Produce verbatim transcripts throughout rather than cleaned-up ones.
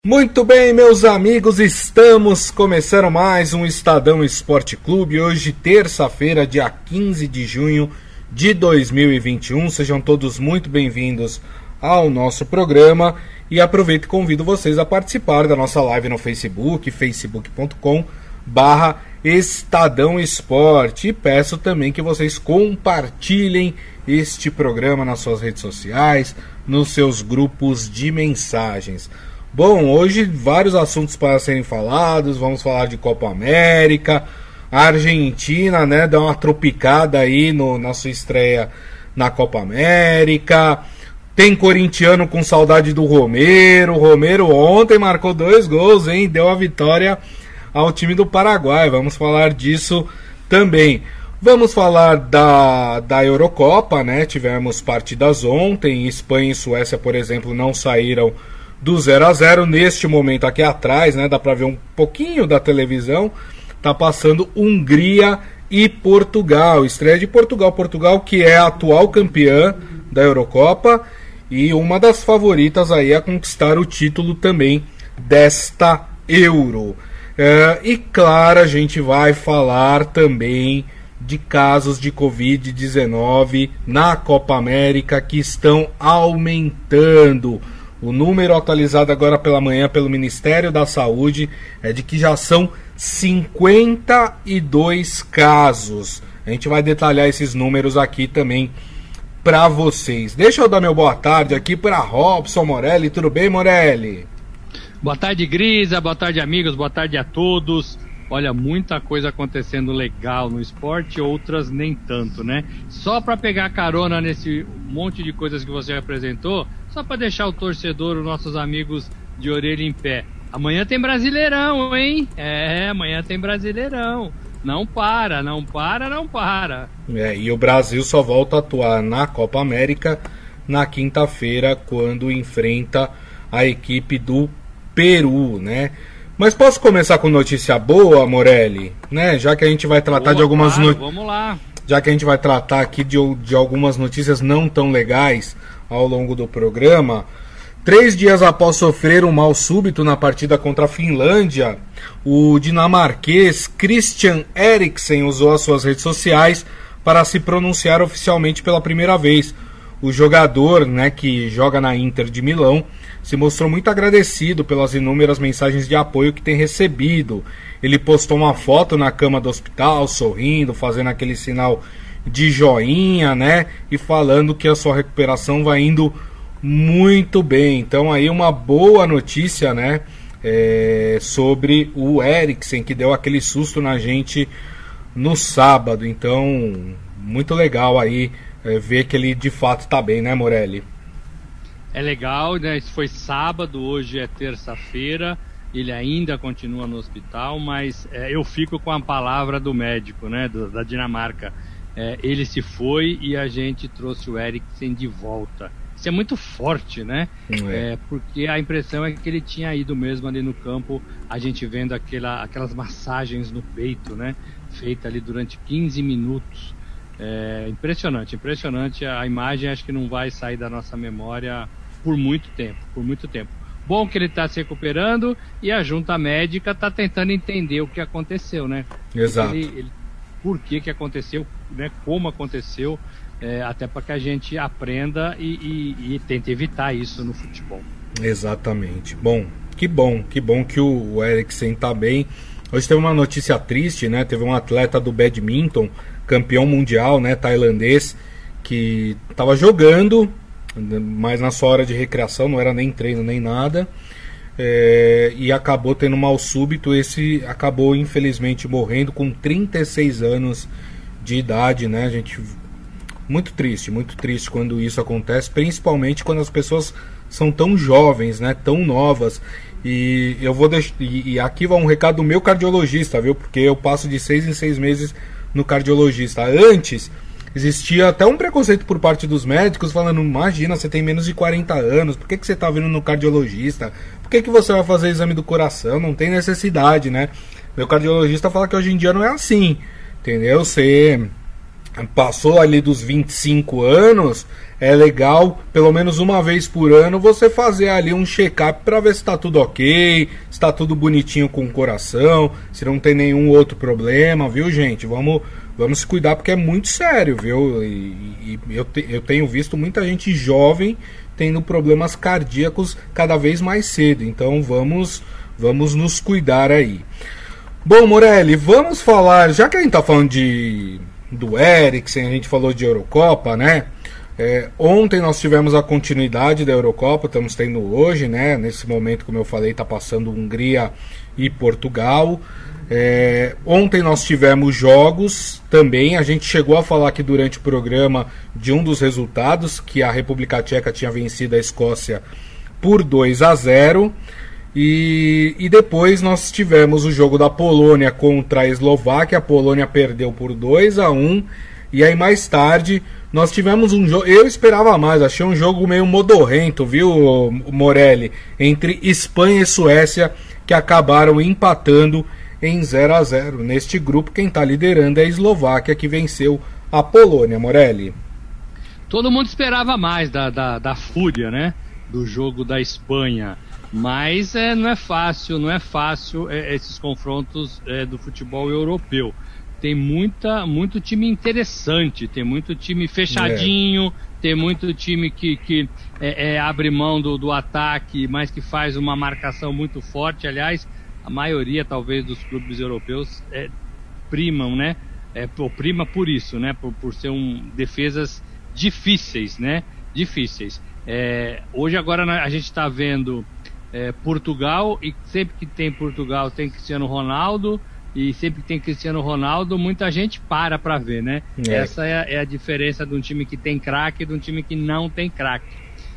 Muito bem, meus amigos, estamos começando mais um Estadão Esporte Clube, hoje terça-feira, dia quinze de junho de dois mil e vinte e um. Sejam todos muito bem-vindos ao nosso programa e aproveito e convido vocês a participar da nossa live no Facebook, facebook ponto com barra Estadão Esporte, e peço também que vocês compartilhem este programa nas suas redes sociais, nos seus grupos de mensagens. Bom, hoje vários assuntos para serem falados, vamos falar de Copa América, a Argentina, né, dá uma tropicada aí no, na sua estreia na Copa América, tem corintiano com saudade do Romero, o Romero ontem marcou dois gols, hein, deu a vitória ao time do Paraguai, vamos falar disso também. Vamos falar da, da Eurocopa, né, tivemos partidas ontem, Espanha e Suécia, por exemplo, não saíram do zero a zero, neste momento aqui atrás, né, dá para ver um pouquinho da televisão, tá passando Hungria e Portugal, estreia de Portugal, Portugal que é a atual campeã da Eurocopa e uma das favoritas aí a conquistar o título também desta Euro. É, e claro, a gente vai falar também de casos de covid dezenove na Copa América que estão aumentando. O número atualizado agora pela manhã pelo Ministério da Saúde é de que já são cinquenta e dois casos. A gente vai detalhar esses números aqui também para vocês. Deixa eu dar meu boa tarde aqui para Robson Morelli. Tudo bem, Morelli? Boa tarde, Grisa. Boa tarde, amigos. Boa tarde a todos. Olha, muita coisa acontecendo legal no esporte, outras nem tanto, né? Só para pegar carona nesse monte de coisas que você apresentou, só para deixar o torcedor, os nossos amigos de orelha em pé. Amanhã tem Brasileirão, hein? É, amanhã tem Brasileirão. Não para, não para, não para. É, e o Brasil só volta a atuar na Copa América na quinta-feira, quando enfrenta a equipe do Peru, né? Mas posso começar com notícia boa, Morelli? Né? Já que a gente vai tratar boa, de algumas claro, no... vamos lá. Já que a gente vai tratar aqui de, de algumas notícias não tão legais ao longo do programa. Três dias após sofrer um mal súbito na partida contra a Finlândia, o dinamarquês Christian Eriksen usou as suas redes sociais para se pronunciar oficialmente pela primeira vez. O jogador, né, que joga na Inter de Milão, se mostrou muito agradecido pelas inúmeras mensagens de apoio que tem recebido. Ele postou uma foto na cama do hospital, sorrindo, fazendo aquele sinal de joinha, né, e falando que a sua recuperação vai indo muito bem. Então aí uma boa notícia, né, é, sobre o Eriksen, que deu aquele susto na gente no sábado. Então, muito legal aí é, ver que ele de fato está bem, né, Morelli? É legal, né? Isso foi sábado, hoje é terça-feira, ele ainda continua no hospital, mas é, eu fico com a palavra do médico, né, do, da Dinamarca. É, ele se foi e a gente trouxe o Eriksen de volta. Isso é muito forte, né? É. É, porque a impressão é que ele tinha ido mesmo ali no campo, a gente vendo aquela, aquelas massagens no peito, né? Feita ali durante quinze minutos. É, impressionante, impressionante. A imagem acho que não vai sair da nossa memória por muito tempo, por muito tempo. Bom que ele está se recuperando e a junta médica está tentando entender o que aconteceu, né? Exato. Ele, ele, por que que aconteceu, né? Como aconteceu, é, até para que a gente aprenda e, e, e tente evitar isso no futebol. Exatamente. Bom, que bom, que bom que o, o Eriksen está bem. Hoje teve uma notícia triste, né? Teve um atleta do badminton, campeão mundial, né, tailandês, que estava jogando, mas na sua hora de recreação, não era nem treino nem nada, é, e acabou tendo mal súbito. Esse acabou infelizmente morrendo com trinta e seis anos de idade, né? A gente, muito triste, muito triste quando isso acontece, principalmente quando as pessoas são tão jovens, né, tão novas. E eu vou deixar, e aqui vai um recado do meu cardiologista, viu? Porque eu passo de seis em seis meses no cardiologista. Antes existia até um preconceito por parte dos médicos falando: imagina, você tem menos de quarenta anos, por que, que você está vindo no cardiologista? Por que, que você vai fazer exame do coração? Não tem necessidade, né? Meu cardiologista fala que hoje em dia não é assim, entendeu? Você passou ali dos vinte e cinco anos, é legal, pelo menos uma vez por ano, você fazer ali um check-up para ver se está tudo ok, se está tudo bonitinho com o coração, se não tem nenhum outro problema, viu, gente? Vamos, vamos se cuidar porque é muito sério, viu? E, e eu, te, eu tenho visto muita gente jovem tendo problemas cardíacos cada vez mais cedo, então vamos, vamos nos cuidar aí. Bom, Morelli, vamos falar, já que a gente está falando de... do Eriksen, a gente falou de Eurocopa, né? É, ontem nós tivemos a continuidade da Eurocopa, estamos tendo hoje, né? Nesse momento, como eu falei, está passando Hungria e Portugal. É, ontem nós tivemos jogos também, a gente chegou a falar aqui durante o programa de um dos resultados, que a República Tcheca tinha vencido a Escócia por dois a zero. E, e depois nós tivemos o jogo da Polônia contra a Eslováquia. A Polônia perdeu por dois a um. E aí mais tarde nós tivemos um jogo, eu esperava mais, achei um jogo meio modorrento, viu, Morelli, entre Espanha e Suécia, que acabaram empatando em zero a zero. Neste grupo quem está liderando é a Eslováquia, que venceu a Polônia, Morelli. Todo mundo esperava mais da, da, da fúria, né, do jogo da Espanha. Mas é, não é fácil, não é fácil é, esses confrontos é, do futebol europeu. Tem muita, muito time interessante, tem muito time fechadinho, é. tem muito time que, que é, é, abre mão do, do ataque, mas que faz uma marcação muito forte. Aliás, a maioria talvez dos clubes europeus é, primam, né? É, prima por isso, né? Por, por ser um, defesas difíceis, né? Difíceis. É, hoje agora a gente está vendo É, Portugal, e sempre que tem Portugal tem Cristiano Ronaldo, e sempre que tem Cristiano Ronaldo muita gente para para ver, né? É. Essa é a, é a diferença de um time que tem craque e de um time que não tem craque.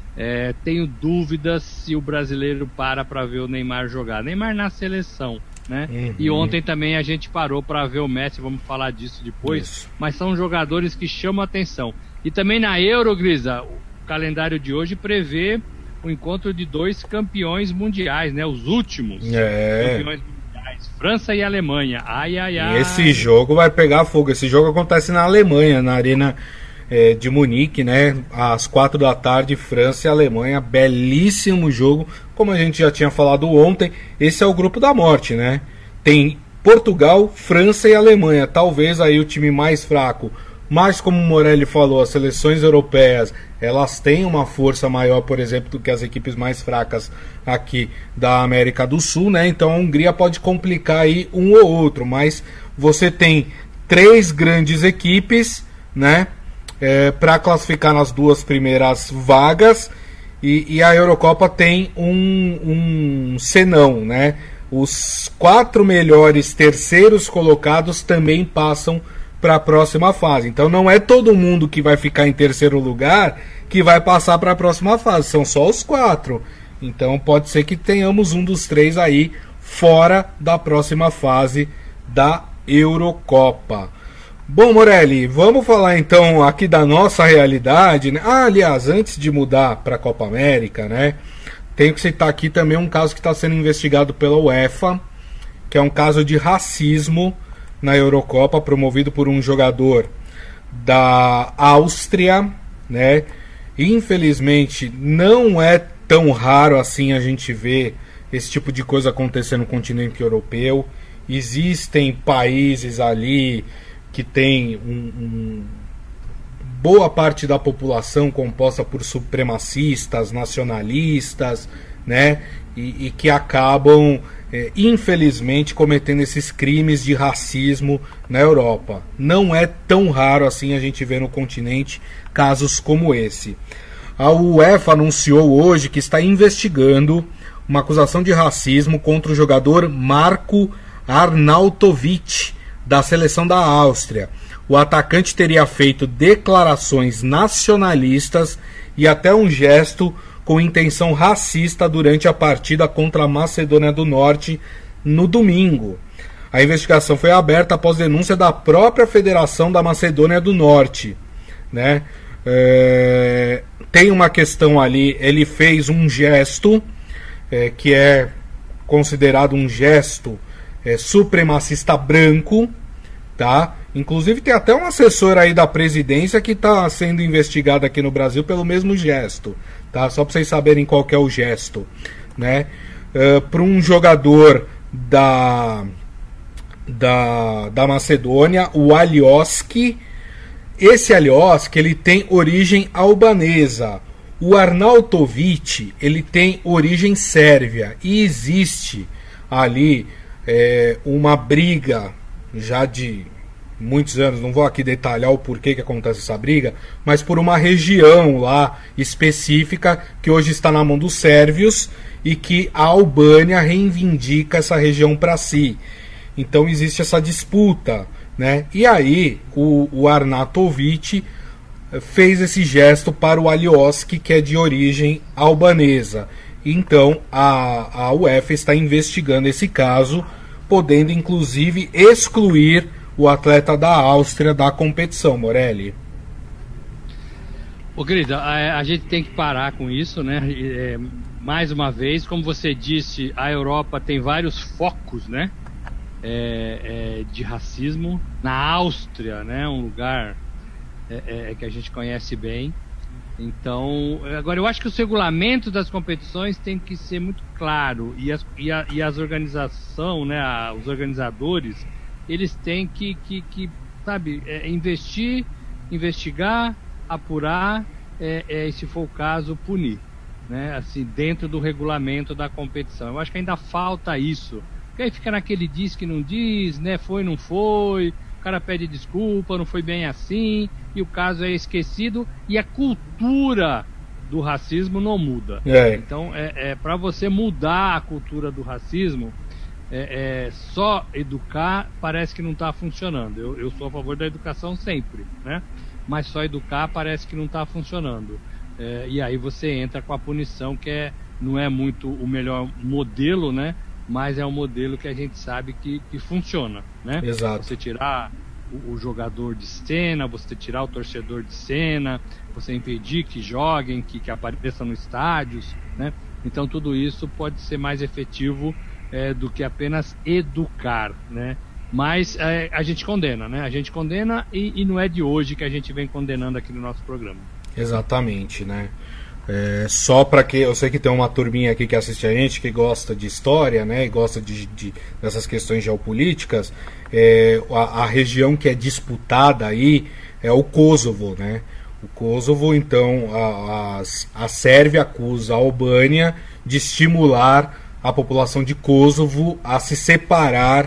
É, tenho dúvidas se o brasileiro para para ver o Neymar jogar. Neymar na seleção, né? Uhum. E ontem também a gente parou para ver o Messi, vamos falar disso depois. Isso. Mas são jogadores que chamam a atenção. E também na Euro, Grisa, o calendário de hoje prevê o encontro de dois campeões mundiais, né? Os últimos é. campeões mundiais, França e Alemanha. Ai, ai, ai. Esse jogo vai pegar fogo. Esse jogo acontece na Alemanha, na Arena é, de Munique, né? Às quatro da tarde, França e Alemanha. Belíssimo jogo. Como a gente já tinha falado ontem, esse é o grupo da morte, né? Tem Portugal, França e Alemanha. Talvez aí o time mais fraco. Mas como o Morelli falou, as seleções europeias, elas têm uma força maior, por exemplo, do que as equipes mais fracas aqui da América do Sul, né? Então a Hungria pode complicar aí um ou outro, mas você tem três grandes equipes, né? É, para classificar nas duas primeiras vagas, e, e a Eurocopa tem um, um senão, né? Os quatro melhores terceiros colocados também passam para a próxima fase. Então não é todo mundo que vai ficar em terceiro lugar que vai passar para a próxima fase, são só os quatro. Então pode ser que tenhamos um dos três aí fora da próxima fase da Eurocopa. Bom, Morelli, vamos falar então aqui da nossa realidade, né? Ah, aliás, antes de mudar para a Copa América, né, tenho que citar aqui também um caso que está sendo investigado pela UEFA, que é um caso de racismo na Eurocopa, promovido por um jogador da Áustria, né? Infelizmente não é tão raro assim a gente ver esse tipo de coisa acontecer no continente europeu. Existem países ali que tem um, um, boa parte da população composta por supremacistas, nacionalistas, né? E, e que acabam É, infelizmente cometendo esses crimes de racismo na Europa. Não é tão raro assim a gente ver no continente casos como esse. A UEFA anunciou hoje que está investigando uma acusação de racismo contra o jogador Marko Arnautovic, da seleção da Áustria. O atacante teria feito declarações nacionalistas e até um gesto com intenção racista durante a partida contra a Macedônia do Norte no domingo. A investigação foi aberta após denúncia da própria Federação da Macedônia do Norte, né? É, tem uma questão ali, ele fez um gesto é, que é considerado um gesto é, supremacista branco, tá? Inclusive tem até um assessor aí da presidência que está sendo investigado aqui no Brasil pelo mesmo gesto, tá? Só para vocês saberem qual que é o gesto, né? Uh, para um jogador da, da, da Macedônia, o Alioski. Esse Alioski, ele tem origem albanesa. O Arnautovic, ele tem origem sérvia. E existe ali é, uma briga já de muitos anos, não vou aqui detalhar o porquê que acontece essa briga, mas por uma região lá específica que hoje está na mão dos sérvios e que a Albânia reivindica essa região para si. Então existe essa disputa, né? E aí o, o Arnautovic fez esse gesto para o Alioski, que é de origem albanesa. Então a, a UEFA está investigando esse caso, podendo inclusive excluir o atleta da Áustria da competição, Morelli. Ô, querida, a, a gente tem que parar com isso, né? É, mais uma vez, como você disse, a Europa tem vários focos, né? É, é, de racismo. Na Áustria, né? Um lugar é, é, que a gente conhece bem. Então, agora eu acho que os regulamentos das competições tem que ser muito claro e as, e a, e as organizações, né? A, os organizadores, eles têm que, que, que sabe, é, investir, investigar, apurar é, é, e, se for o caso, punir, né? Assim, dentro do regulamento da competição. Eu acho que ainda falta isso. Porque aí fica naquele diz que não diz, né? Foi, não foi, o cara pede desculpa, não foi bem assim, e o caso é esquecido e a cultura do racismo não muda. É. Então, é, é, para você mudar a cultura do racismo, É, é, só educar parece que não está funcionando. Eu, eu sou a favor da educação sempre, né? Mas só educar parece que não está funcionando. É, e aí você entra com a punição, que é, não é muito o melhor modelo, né? Mas é um modelo que a gente sabe que, que funciona, né? Exato. Você tirar o, o jogador de cena, você tirar o torcedor de cena, você impedir que joguem, que, que apareçam nos estádios, né? Então tudo isso pode ser mais efetivo É, do que apenas educar, né? Mas é, a gente condena, né? A gente condena e, e não é de hoje que a gente vem condenando aqui no nosso programa. Exatamente, né? É, só para que eu sei que tem uma turminha aqui que assiste a gente que gosta de história, né? E gosta de, de dessas questões geopolíticas. É, a, a região que é disputada aí é o Kosovo, né? O Kosovo, então, a, a, a Sérvia acusa a Albânia de estimular a população de Kosovo a se separar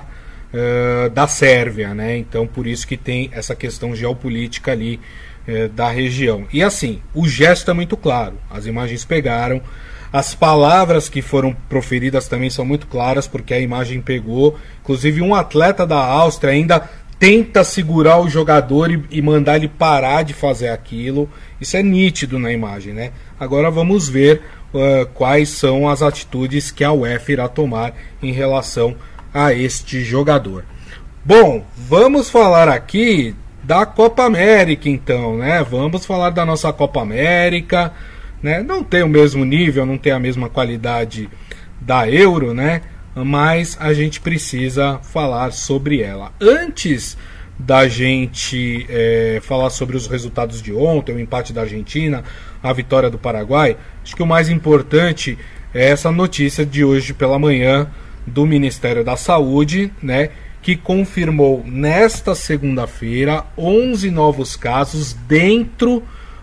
uh, da Sérvia, né? Então por isso que tem essa questão geopolítica ali uh, da região. E assim, o gesto é muito claro, as imagens pegaram, as palavras que foram proferidas também são muito claras, porque a imagem pegou, inclusive um atleta da Áustria ainda tenta segurar o jogador e, e mandar ele parar de fazer aquilo. Isso é nítido na imagem, né? Agora vamos ver Uh, quais são as atitudes que a UEFA irá tomar em relação a este jogador. Bom, vamos falar aqui da Copa América então, né? Vamos falar da nossa Copa América, né? Não tem o mesmo nível, não tem a mesma qualidade da Euro, né? Mas a gente precisa falar sobre ela. Antes da gente é, falar sobre os resultados de ontem, o empate da Argentina, a vitória do Paraguai, acho que o mais importante é essa notícia de hoje pela manhã do Ministério da Saúde, né, que confirmou nesta segunda-feira onze novos casos dentro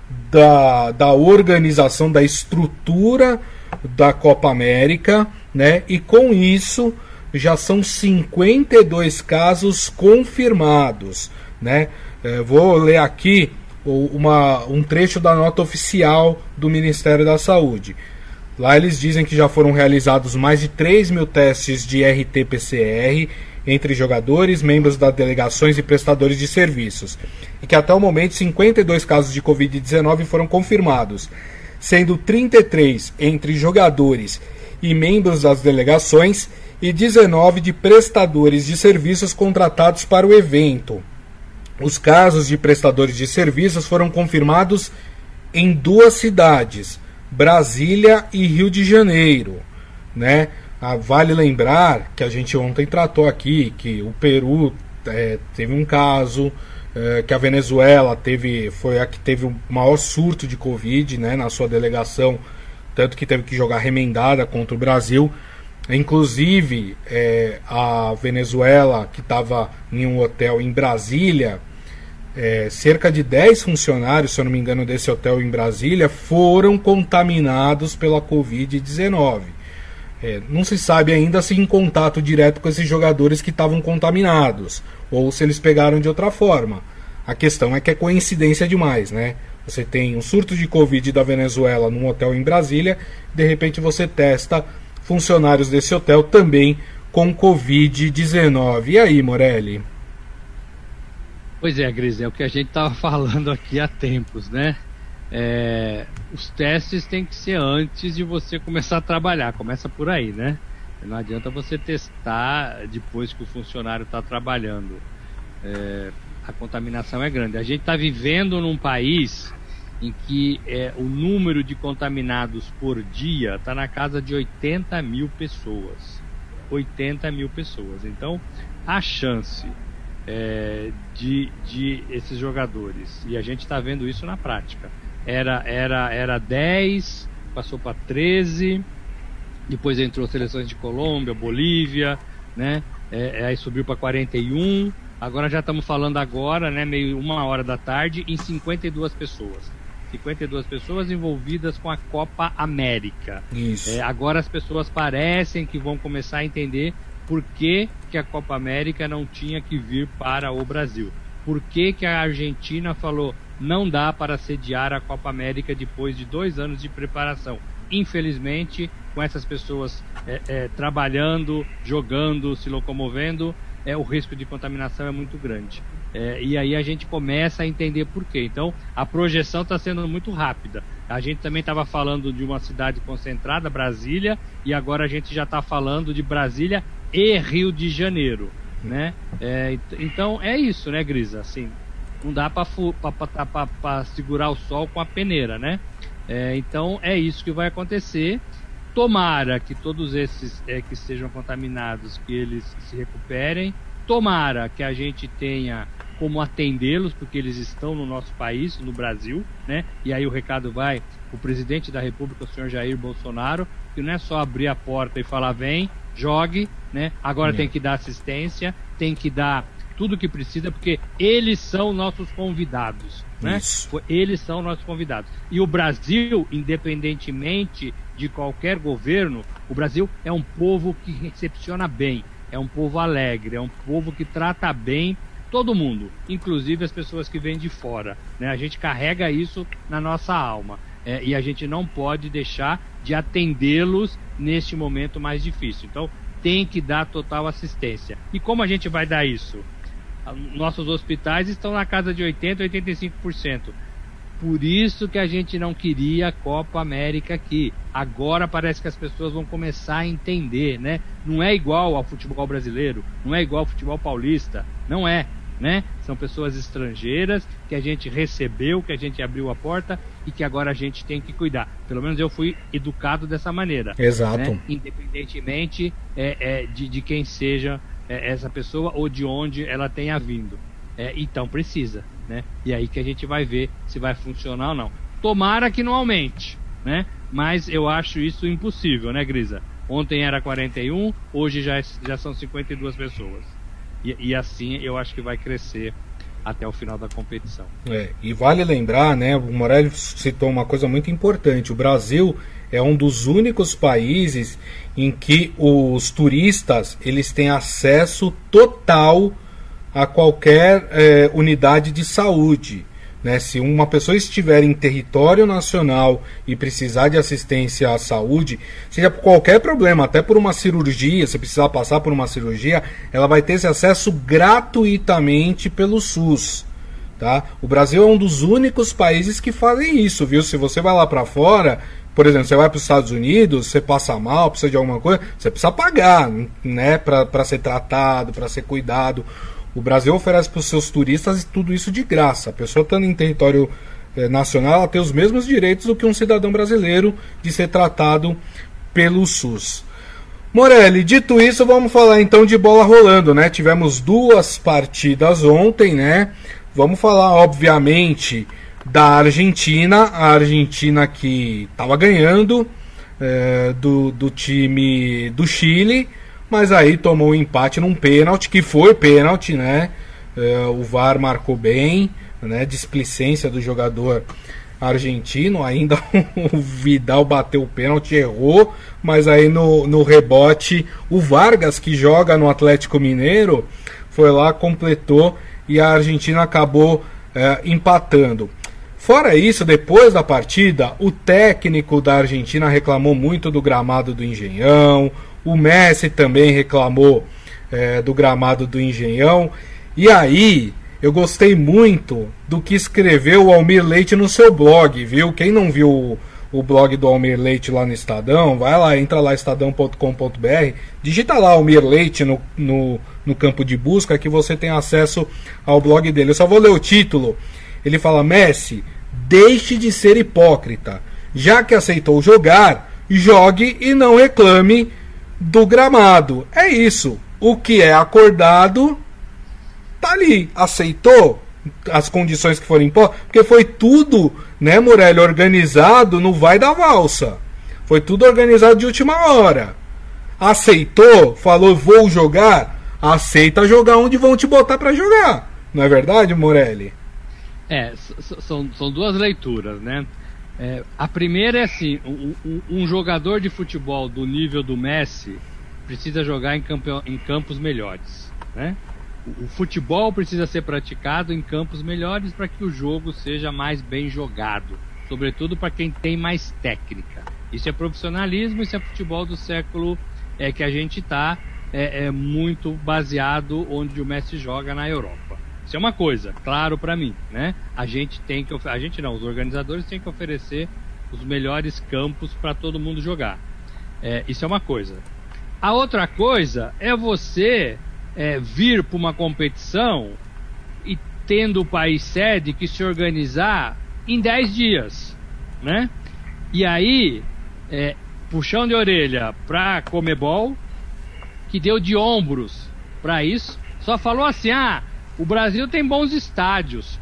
da, da organização, da estrutura da Copa América, né, e com isso já são cinquenta e dois casos confirmados, né? É, vou ler aqui uma, um trecho da nota oficial do Ministério da Saúde. Lá eles dizem que já foram realizados mais de três mil testes de R T P C R entre jogadores, membros das delegações e prestadores de serviços, e que até o momento cinquenta e dois casos de covid dezenove foram confirmados, sendo trinta e três entre jogadores e membros das delegações e dezenove de prestadores de serviços contratados para o evento. Os casos de prestadores de serviços foram confirmados em duas cidades, Brasília e Rio de Janeiro, né? Ah, vale lembrar que a gente ontem tratou aqui que o Peru é, teve um caso, é, que a Venezuela teve, foi a que teve o maior surto de Covid, né, na sua delegação, tanto que teve que jogar remendada contra o Brasil. Inclusive, é, a Venezuela, que estava em um hotel em Brasília, é, cerca de dez funcionários, se eu não me engano, desse hotel em Brasília, foram contaminados pela covid dezenove. É, não se sabe ainda se em contato direto com esses jogadores que estavam contaminados, ou se eles pegaram de outra forma. A questão é que é coincidência demais, né? Você tem um surto de Covid da Venezuela num hotel em Brasília, de repente você testa funcionários desse hotel também com covid dezenove. E aí, Morelli? Pois é, Gris, é o que a gente estava falando aqui há tempos, né? É, os testes têm que ser antes de você começar a trabalhar, começa por aí, né? Não adianta você testar depois que o funcionário está trabalhando. É, a contaminação é grande. A gente está vivendo num país em que é, o número de contaminados por dia está na casa de oitenta mil pessoas. oitenta mil pessoas. Então, a chance é, de, de esses jogadores, e a gente está vendo isso na prática, era, era, era dez, passou para treze, depois entrou seleções de Colômbia, Bolívia, né? É, aí subiu para quarenta e um, agora já estamos falando agora, né, meio uma hora da tarde, em cinquenta e duas pessoas. cinquenta e duas pessoas envolvidas com a Copa América. Isso. É, agora as pessoas parecem que vão começar a entender por que, que a Copa América não tinha que vir para o Brasil. Por que, que a Argentina falou não dá para sediar a Copa América depois de dois anos de preparação. Infelizmente, com essas pessoas é, é, trabalhando, jogando, se locomovendo, é, o risco de contaminação é muito grande. É, e aí a gente começa a entender por quê. Então, a projeção está sendo muito rápida. A gente também estava falando de uma cidade concentrada, Brasília, e agora a gente já está falando de Brasília e Rio de Janeiro, né? É, então, é isso, né, Grisa? Assim, não dá para segurar o sol com a peneira, né? É, então, é isso que vai acontecer. Tomara que todos esses é, que sejam contaminados, que eles se recuperem. Tomara que a gente tenha como atendê-los, porque eles estão no nosso país, no Brasil, né? E aí o recado vai para o presidente da República, o senhor Jair Bolsonaro, que não é só abrir a porta e falar vem, jogue, né? Agora é. Tem que dar assistência, tem que dar tudo o que precisa, porque eles são nossos convidados, né? Isso. Eles são nossos convidados. E o Brasil, independentemente de qualquer governo, o Brasil é um povo que recepciona bem, é um povo alegre, é um povo que trata bem todo mundo, inclusive as pessoas que vêm de fora, né? A gente carrega isso na nossa alma, é, e a gente não pode deixar de atendê-los neste momento mais difícil. Então, tem que dar total assistência. E como a gente vai dar isso? Nossos hospitais estão na casa de oitenta, oitenta e cinco por cento. Por isso que a gente não queria a Copa América aqui. Agora parece que as pessoas vão começar a entender, né? Não é igual ao futebol brasileiro, não é igual ao futebol paulista, não é, né? São pessoas estrangeiras que a gente recebeu, que a gente abriu a porta e que agora a gente tem que cuidar. Pelo menos eu fui educado dessa maneira. Exato. Né? Independentemente é, é, de, de quem seja é, essa pessoa ou de onde ela tenha vindo. É, então precisa, né? E aí que a gente vai ver se vai funcionar ou não. Tomara que não aumente, né? Mas eu acho isso impossível, né, Grisa? Ontem era quarenta e um, hoje já, já são cinquenta e duas pessoas. E, e assim eu acho que vai crescer até o final da competição. É, e vale lembrar, né, o Morelli citou uma coisa muito importante: o Brasil é um dos únicos países em que os turistas eles têm acesso total a qualquer é, unidade de saúde, né? Se uma pessoa estiver em território nacional e precisar de assistência à saúde, seja por qualquer problema, até por uma cirurgia, se precisar passar por uma cirurgia, ela vai ter esse acesso gratuitamente pelo SUS, tá? O Brasil é um dos únicos países que fazem isso, viu? Se você vai lá para fora, por exemplo, você vai para os Estados Unidos, você passa mal, precisa de alguma coisa, você precisa pagar, né? Para ser tratado, para ser cuidado. O Brasil oferece para os seus turistas tudo isso de graça. A pessoa estando em território eh, nacional, ela tem os mesmos direitos do que um cidadão brasileiro de ser tratado pelo SUS. Morelli, dito isso, vamos falar então de bola rolando, né? Tivemos duas partidas ontem, né? Vamos falar, obviamente, da Argentina. A Argentina que estava ganhando é, do, do time do Chile, mas aí tomou um empate num pênalti, que foi pênalti, né? É, o V A R marcou bem, né? Displicência do jogador argentino, ainda o Vidal bateu o pênalti, errou, mas aí no, no rebote o Vargas, que joga no Atlético Mineiro, foi lá, completou e a Argentina acabou é, empatando. Fora isso, depois da partida, o técnico da Argentina reclamou muito do gramado do Engenhão, o Messi também reclamou é, do gramado do Engenhão, e aí eu gostei muito do que escreveu o Almir Leite no seu blog, viu? Quem não viu o, o blog do Almir Leite lá no Estadão, vai lá, entra lá, estadão ponto com ponto b r, digita lá Almir Leite no, no, no campo de busca que você tem acesso ao blog dele. Eu só vou ler o título. Ele fala: Messi, deixe de ser hipócrita. Já que aceitou jogar, jogue e não reclame do gramado. É isso. O que é acordado tá ali, aceitou as condições que foram impostas, porque foi tudo, né, Morelli, organizado no vai da valsa. Foi tudo organizado de última hora. Aceitou, falou vou jogar, aceita jogar onde vão te botar para jogar. Não é verdade, Morelli? É, são, são duas leituras, né? É, a primeira é assim, um, um, um jogador de futebol do nível do Messi precisa jogar em, campe, em campos melhores, né? O futebol precisa ser praticado em campos melhores para que o jogo seja mais bem jogado, sobretudo para quem tem mais técnica. Isso é profissionalismo, isso é futebol do século é, que a gente está, é, é muito baseado onde o Messi joga na Europa. Isso é uma coisa, claro para mim, né? A gente tem que, a gente não, os organizadores têm que oferecer os melhores campos para todo mundo jogar. É, isso é uma coisa. A outra coisa é você É, vir para uma competição e tendo o país sede que se organizar em dez dias, né? E aí, é, puxão de orelha para a Conmebol, que deu de ombros para isso, só falou assim: ah, o Brasil tem bons estádios,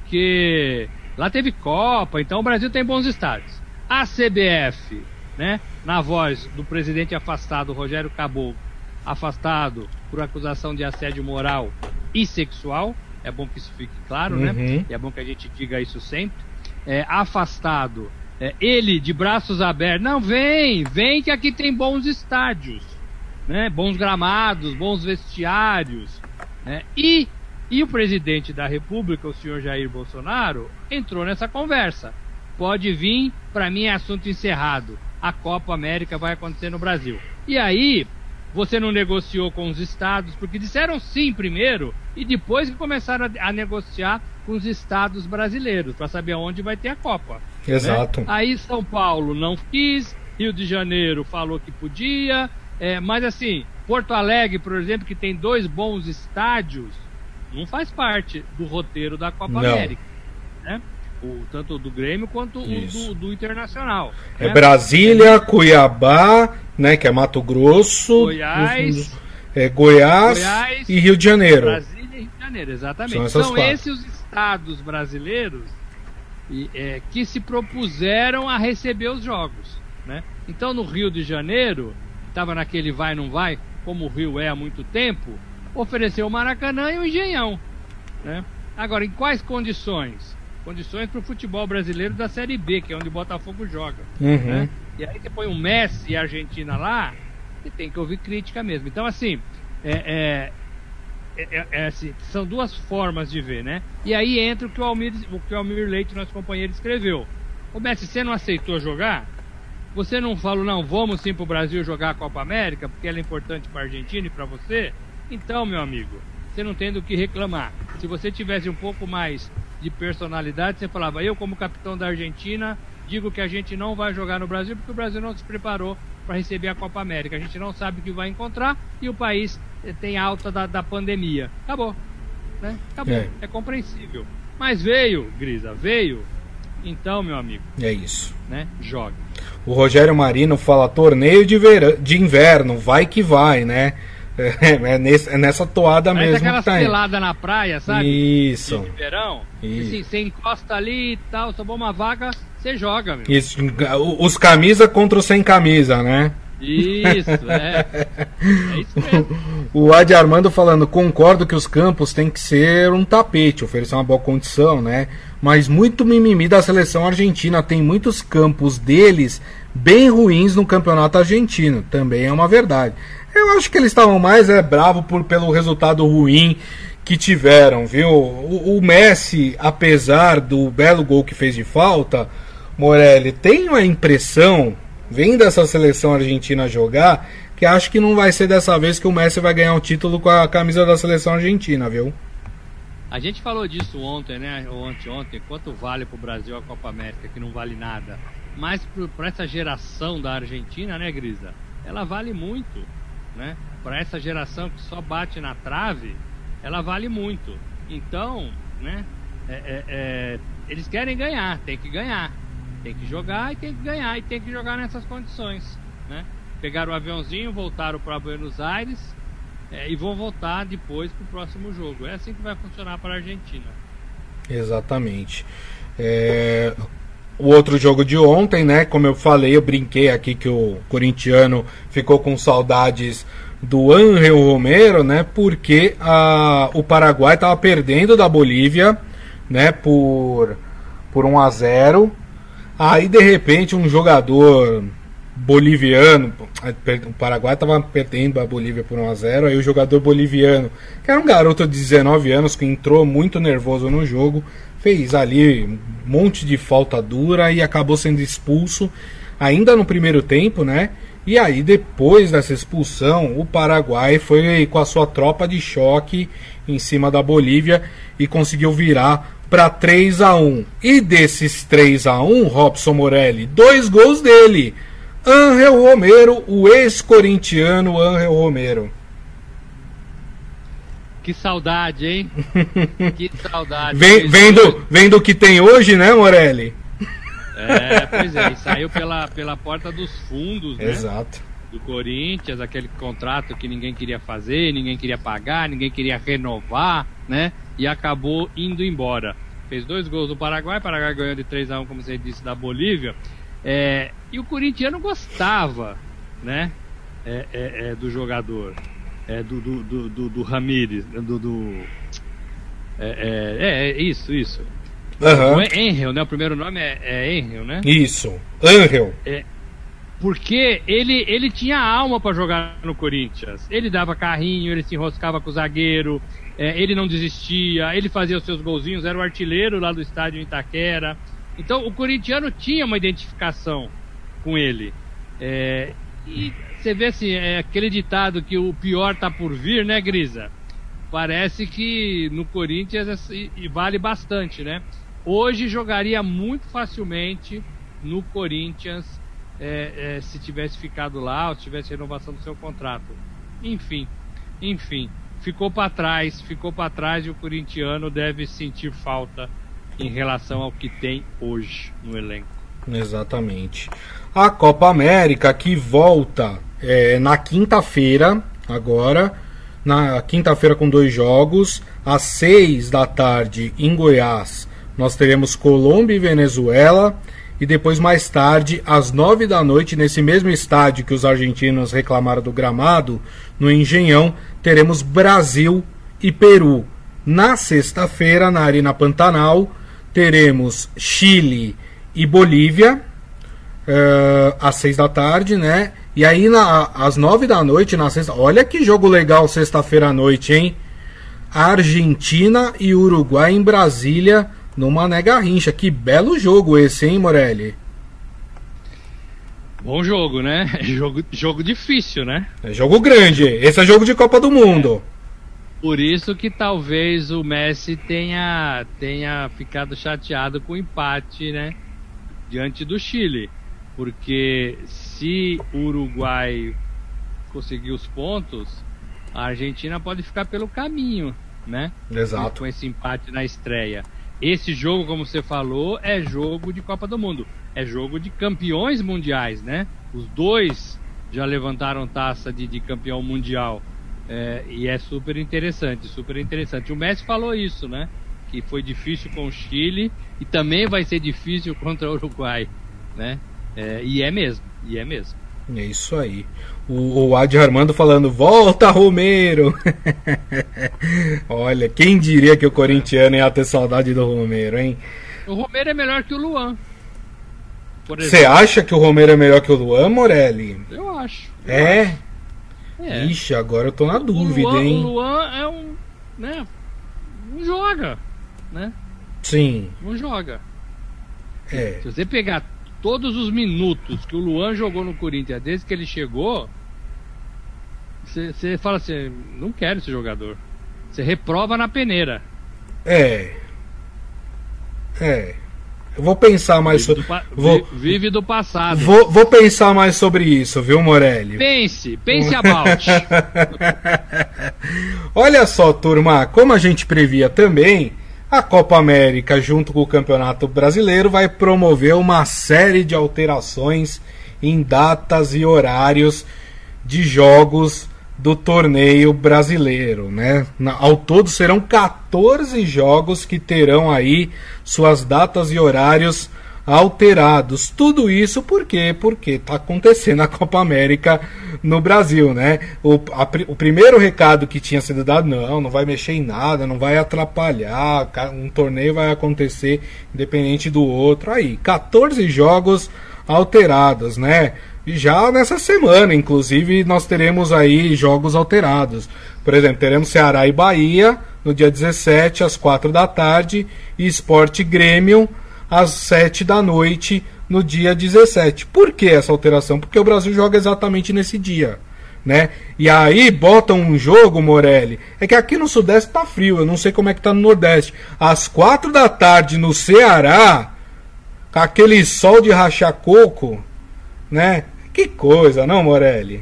porque lá teve Copa, então o Brasil tem bons estádios. A C B F, né, na voz do presidente afastado, Rogério Caboclo, afastado por acusação de assédio moral e sexual, é bom que isso fique claro, uhum, né? E é bom que a gente diga isso sempre. É, afastado, é, ele de braços abertos, não, vem, vem que aqui tem bons estádios, né? Bons gramados, bons vestiários, né? E, e o presidente da República, o senhor Jair Bolsonaro, entrou nessa conversa. Pode vir, para mim é assunto encerrado. A Copa América vai acontecer no Brasil. E aí, você não negociou com os estados, porque disseram sim primeiro, e depois que começaram a, a negociar com os estados brasileiros, para saber aonde vai ter a Copa. Exato. Né? Aí São Paulo não quis, Rio de Janeiro falou que podia, é, mas assim, Porto Alegre, por exemplo, que tem dois bons estádios, não faz parte do roteiro da Copa não. América, né? O, tanto do Grêmio quanto o do, do Internacional. É né? Brasília, é, Cuiabá, né, que é Mato Grosso, Goiás, é, Goiás, Goiás e Rio de Janeiro. Brasília e Rio de Janeiro, exatamente. São, São esses os estados brasileiros e, é, que se propuseram a receber os jogos, né? Então no Rio de Janeiro, estava naquele vai não vai, como o Rio é há muito tempo, ofereceu o Maracanã e o Engenhão, né? Agora, em quais condições? Condições para o futebol brasileiro da Série B, que é onde o Botafogo joga, uhum, né? E aí você põe um Messi e a Argentina lá, você tem que ouvir crítica mesmo. Então, assim, é, é, é, é, assim, são duas formas de ver, né? E aí entra o que o Almir, o que o Almir Leite, nosso companheiro, escreveu. Ô Messi, você não aceitou jogar? Você não falou, não, vamos sim para o Brasil jogar a Copa América, porque ela é importante para a Argentina e para você? Então, meu amigo, você não tem do que reclamar. Se você tivesse um pouco mais de personalidade, você falava, eu como capitão da Argentina digo que a gente não vai jogar no Brasil porque o Brasil não se preparou para receber a Copa América, a gente não sabe o que vai encontrar e o país tem alta da, da pandemia. Acabou, né? Acabou, é. é compreensível. Mas veio, Grisa, veio, então, meu amigo, é isso, né? Jogue. O Rogério Marino fala torneio de, verão, de inverno, vai que vai, né? É, é, nesse, é nessa toada Parece mesmo. Aquela tá pelada na praia, sabe? Isso. De verão. Isso. Assim, você encosta ali e tal, sobrou uma vaga, você joga, meu. Isso. Os camisa contra os sem camisa, né? Isso, é. É isso mesmo. O Adi Armando falando, concordo que os campos têm que ser um tapete, oferecer uma boa condição, né? Mas muito mimimi da seleção argentina, tem muitos campos deles bem ruins no campeonato argentino, também é uma verdade. Eu acho que eles estavam mais é, bravos por, pelo resultado ruim que tiveram, viu? O, o Messi, apesar do belo gol que fez de falta, Morelli, tem a impressão, vendo essa seleção argentina jogar, que acho que não vai ser dessa vez que o Messi vai ganhar um título com a camisa da seleção argentina, viu? A gente falou disso ontem, né? Ou anteontem, quanto vale pro Brasil a Copa América, que não vale nada. Mas para essa geração da Argentina, né, Grisa? Ela vale muito, né? Para essa geração que só bate na trave, ela vale muito. Então, né? É, é, é, eles querem ganhar, tem que ganhar. Tem que jogar e tem que ganhar. E tem que jogar nessas condições, né? Pegaram o aviãozinho, voltaram para Buenos Aires é, e vão voltar depois para o próximo jogo. É assim que vai funcionar para a Argentina. Exatamente. É... O outro jogo de ontem, né? Como eu falei, eu brinquei aqui que o corintiano ficou com saudades do Ángel Romero, né? Porque a... o Paraguai estava perdendo da Bolívia, né? Por, por um a zero. Aí, de repente, um jogador boliviano, o Paraguai estava perdendo a Bolívia por um a zero, aí o jogador boliviano, que era um garoto de dezenove anos, que entrou muito nervoso no jogo, fez ali um monte de falta dura e acabou sendo expulso, ainda no primeiro tempo, né? E aí, depois dessa expulsão, o Paraguai foi com a sua tropa de choque em cima da Bolívia e conseguiu virar para três a um. E desses três a um, Robson Morelli, dois gols dele. Ángel Romero, o ex-corintiano Ángel Romero. Que saudade, hein? Que saudade. Vem, vendo, vendo o que tem hoje, né, Morelli? É, pois é, saiu pela, pela porta dos fundos, né? Exato. Do Corinthians, aquele contrato que ninguém queria fazer, ninguém queria pagar, ninguém queria renovar, né? E acabou indo embora. Fez dois gols do Paraguai, o Paraguai ganhou de três a um, como você disse, da Bolívia. É, e o corintiano gostava, né? É, é, é, do jogador, é, do, do, do, do, do Ramírez, do... do é, é, é isso, isso. Uhum. É Ángel, né? O primeiro nome é, é Ángel, né? Isso, Ángel. É, porque ele, ele tinha alma para jogar no Corinthians. Ele dava carrinho, ele se enroscava com o zagueiro, é, ele não desistia, ele fazia os seus golzinhos, era o artilheiro lá do estádio em Itaquera. Então o corintiano tinha uma identificação com ele. É, e você vê assim, é aquele ditado que o pior tá por vir, né, Grisa? Parece que no Corinthians vale bastante, né? Hoje jogaria muito facilmente no Corinthians é, é, se tivesse ficado lá ou se tivesse renovação do seu contrato. Enfim, enfim, ficou para trás, ficou para trás e o corintiano deve sentir falta em relação ao que tem hoje no elenco. Exatamente. A Copa América que volta é, na quinta-feira, agora, na quinta-feira com dois jogos, às seis da tarde em Goiás, nós teremos Colômbia e Venezuela, e depois mais tarde, às nove da noite, nesse mesmo estádio que os argentinos reclamaram do gramado, no Engenhão, teremos Brasil e Peru. Na sexta-feira, na Arena Pantanal, teremos Chile e Bolívia, uh, às seis da tarde, né? E aí, na, às nove da noite, na sexta... Olha que jogo legal sexta-feira à noite, hein? Argentina e Uruguai em Brasília, no Mané Garrincha. Que belo jogo esse, hein, Morelli? Bom jogo, né? É jogo, jogo difícil, né? É jogo grande. Esse é jogo de Copa do Mundo. É. Por isso que talvez o Messi tenha, tenha ficado chateado com o empate, né? Diante do Chile. Porque se o Uruguai conseguir os pontos, a Argentina pode ficar pelo caminho, né? Exato. Com esse empate na estreia. Esse jogo, como você falou, é jogo de Copa do Mundo. é jogo de campeões mundiais, né? Os dois já levantaram taça de, de campeão mundial. É, e é super interessante, super interessante. O Messi falou isso, né? Que foi difícil com o Chile e também vai ser difícil contra o Uruguai, né? É, e é mesmo, e é mesmo. É isso aí. O, o Adi Armando falando, volta Romero! Olha, quem diria que o corintiano ia ter saudade do Romero, hein? O Romero é melhor que o Luan. Você acha que o Romero é melhor que o Luan, Morelli? Eu acho. Eu é? Acho. É. Ixi, agora eu tô na dúvida, o Luan, hein? O Luan é um... né? Não joga, né? Sim. Não joga. É. Se você pegar todos os minutos que o Luan jogou no Corinthians desde que ele chegou, você, você fala assim, não quero esse jogador. Você reprova na peneira. É. É. Eu vou pensar mais sobre. Pa... Vou... Vive do passado. Vou, vou pensar mais sobre isso, viu, Morelli? Pense, pense about. Olha só, turma, como a gente previa também, a Copa América, junto com o Campeonato Brasileiro, vai promover uma série de alterações em datas e horários de jogos do torneio brasileiro, né? Ao todo serão quatorze jogos que terão aí suas datas e horários alterados. Tudo isso por quê? Porque está acontecendo a Copa América no Brasil, né? O, a, o primeiro recado que tinha sido dado, não, não vai mexer em nada, não vai atrapalhar, um torneio vai acontecer independente do outro. Aí, quatorze jogos alterados, né? E já nessa semana, inclusive, nós teremos aí jogos alterados. Por exemplo, teremos Ceará e Bahia no dia dezessete, às quatro da tarde, e Sport e Grêmio às sete da noite no dia dezessete. Por que essa alteração? Porque o Brasil joga exatamente nesse dia, né? E aí botam um jogo, Morelli, é que aqui no Sudeste tá frio, eu não sei como é que tá no Nordeste. Às quatro da tarde no Ceará, com aquele sol de rachar coco, né? Que coisa, não, Morelli?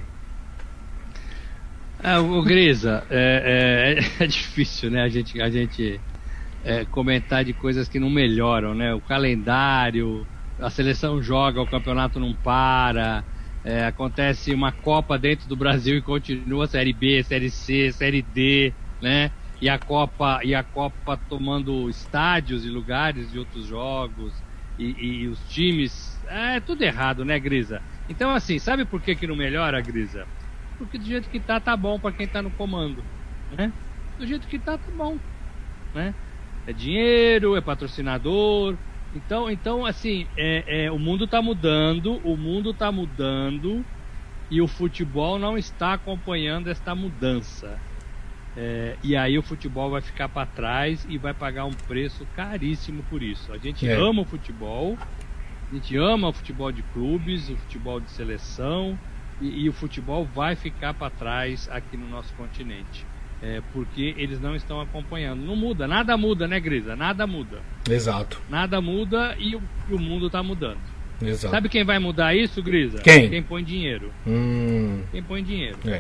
É, o Grisa, é, é, é difícil, né? A gente, a gente é, comentar de coisas que não melhoram, né? O calendário, a seleção joga, o campeonato não para, é, acontece uma Copa dentro do Brasil e continua a Série B, Série C, Série D, né? E a Copa, e a Copa tomando estádios e lugares de outros jogos, e, e os times, é tudo errado, né, Grisa? Então, assim, sabe por que que não melhora, Grisa? Porque do jeito que tá, tá bom pra quem tá no comando, né? Do jeito que tá, tá bom, né? É dinheiro, é patrocinador. Então, então assim, é, é, o mundo tá mudando, o mundo tá mudando e o futebol não está acompanhando esta mudança. É, e aí o futebol vai ficar para trás e vai pagar um preço caríssimo por isso. A gente é. ama o futebol, a gente ama o futebol de clubes, o futebol de seleção, e, e o futebol vai ficar para trás aqui no nosso continente. É, porque eles não estão acompanhando. Não muda, nada muda, né, Grisa? Nada muda. Exato. Nada muda e o, e o mundo está mudando. Exato. Sabe quem vai mudar isso, Grisa? Quem? Quem põe dinheiro. Hum. Quem põe dinheiro. É.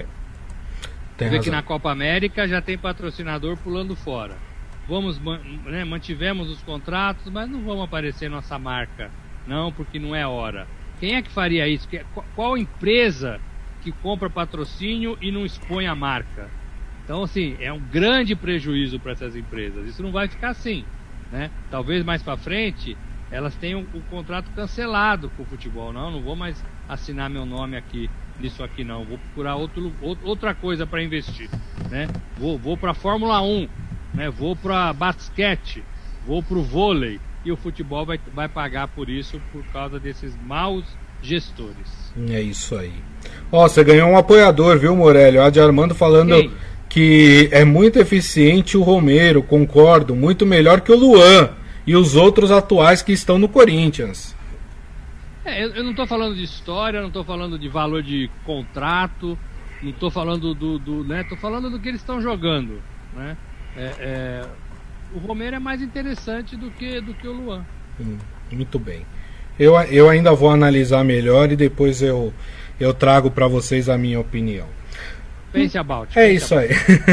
Tem Vê razão. que na Copa América já tem patrocinador pulando fora. Vamos, né, mantivemos os contratos, mas não vamos aparecer nossa marca. Não, porque não é hora. Quem é que faria isso? Qual empresa que compra patrocínio e não expõe a marca? Então, assim, é um grande prejuízo para essas empresas. Isso não vai ficar assim, né? Talvez mais para frente elas tenham o contrato cancelado com o futebol. Não, não vou mais assinar meu nome aqui nisso aqui não. Vou procurar outro, outra coisa para investir, né? Vou, vou para Fórmula um, né? Vou para basquete, vou para o vôlei. E o futebol vai, vai pagar por isso por causa desses maus gestores. É isso aí. Ó, você ganhou um apoiador, viu, Morelli? O Adi Armando falando Quem? que é muito eficiente o Romero, concordo, muito melhor que o Luan e os outros atuais que estão no Corinthians. É, eu, eu não estou falando de história, não estou falando de valor de contrato, não estou falando do, do né? Estou falando do que eles estão jogando, né? É, é, o Romero é mais interessante do que, do que o Luan. Hum, muito bem. Eu, eu ainda vou analisar melhor e depois eu, eu trago para vocês a minha opinião. Pense about. É isso aí.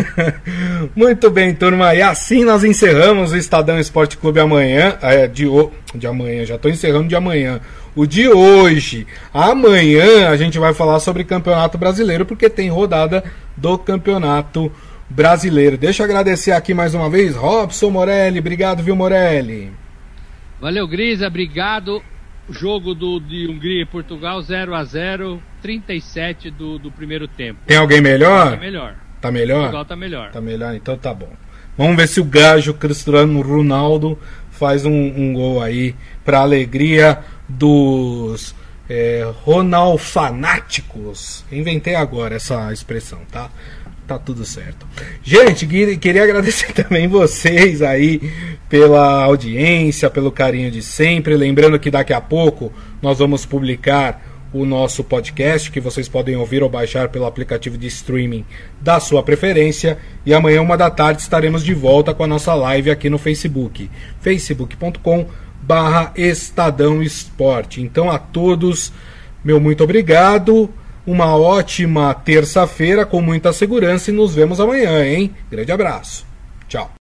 Muito bem, turma. E assim nós encerramos o Estadão Esporte Clube amanhã. É, de, de amanhã, já estou encerrando de amanhã. o de hoje. Amanhã a gente vai falar sobre Campeonato Brasileiro, porque tem rodada do Campeonato Brasileiro. Deixa eu agradecer aqui mais uma vez, Robson Morelli. Obrigado, viu, Morelli? Valeu, Grisa, obrigado. Jogo do, de Hungria e Portugal, zero a zero, trinta e sete do, do primeiro tempo. Tem alguém melhor? Tá melhor. Tá melhor? Portugal tá melhor. Tá melhor, então tá bom. Vamos ver se o gajo Cristiano Ronaldo faz um, um gol aí pra alegria dos é, Ronalfanáticos. Inventei agora essa expressão, tá? Tá tudo certo. Gente, queria agradecer também vocês aí pela audiência, pelo carinho de sempre. Lembrando que daqui a pouco nós vamos publicar o nosso podcast, que vocês podem ouvir ou baixar pelo aplicativo de streaming da sua preferência. E amanhã, uma da tarde, estaremos de volta com a nossa live aqui no Facebook, facebook ponto com barra Estadão Esporte. Então, a todos, meu muito obrigado. Uma ótima terça-feira com muita segurança e nos vemos amanhã, hein? Grande abraço. Tchau.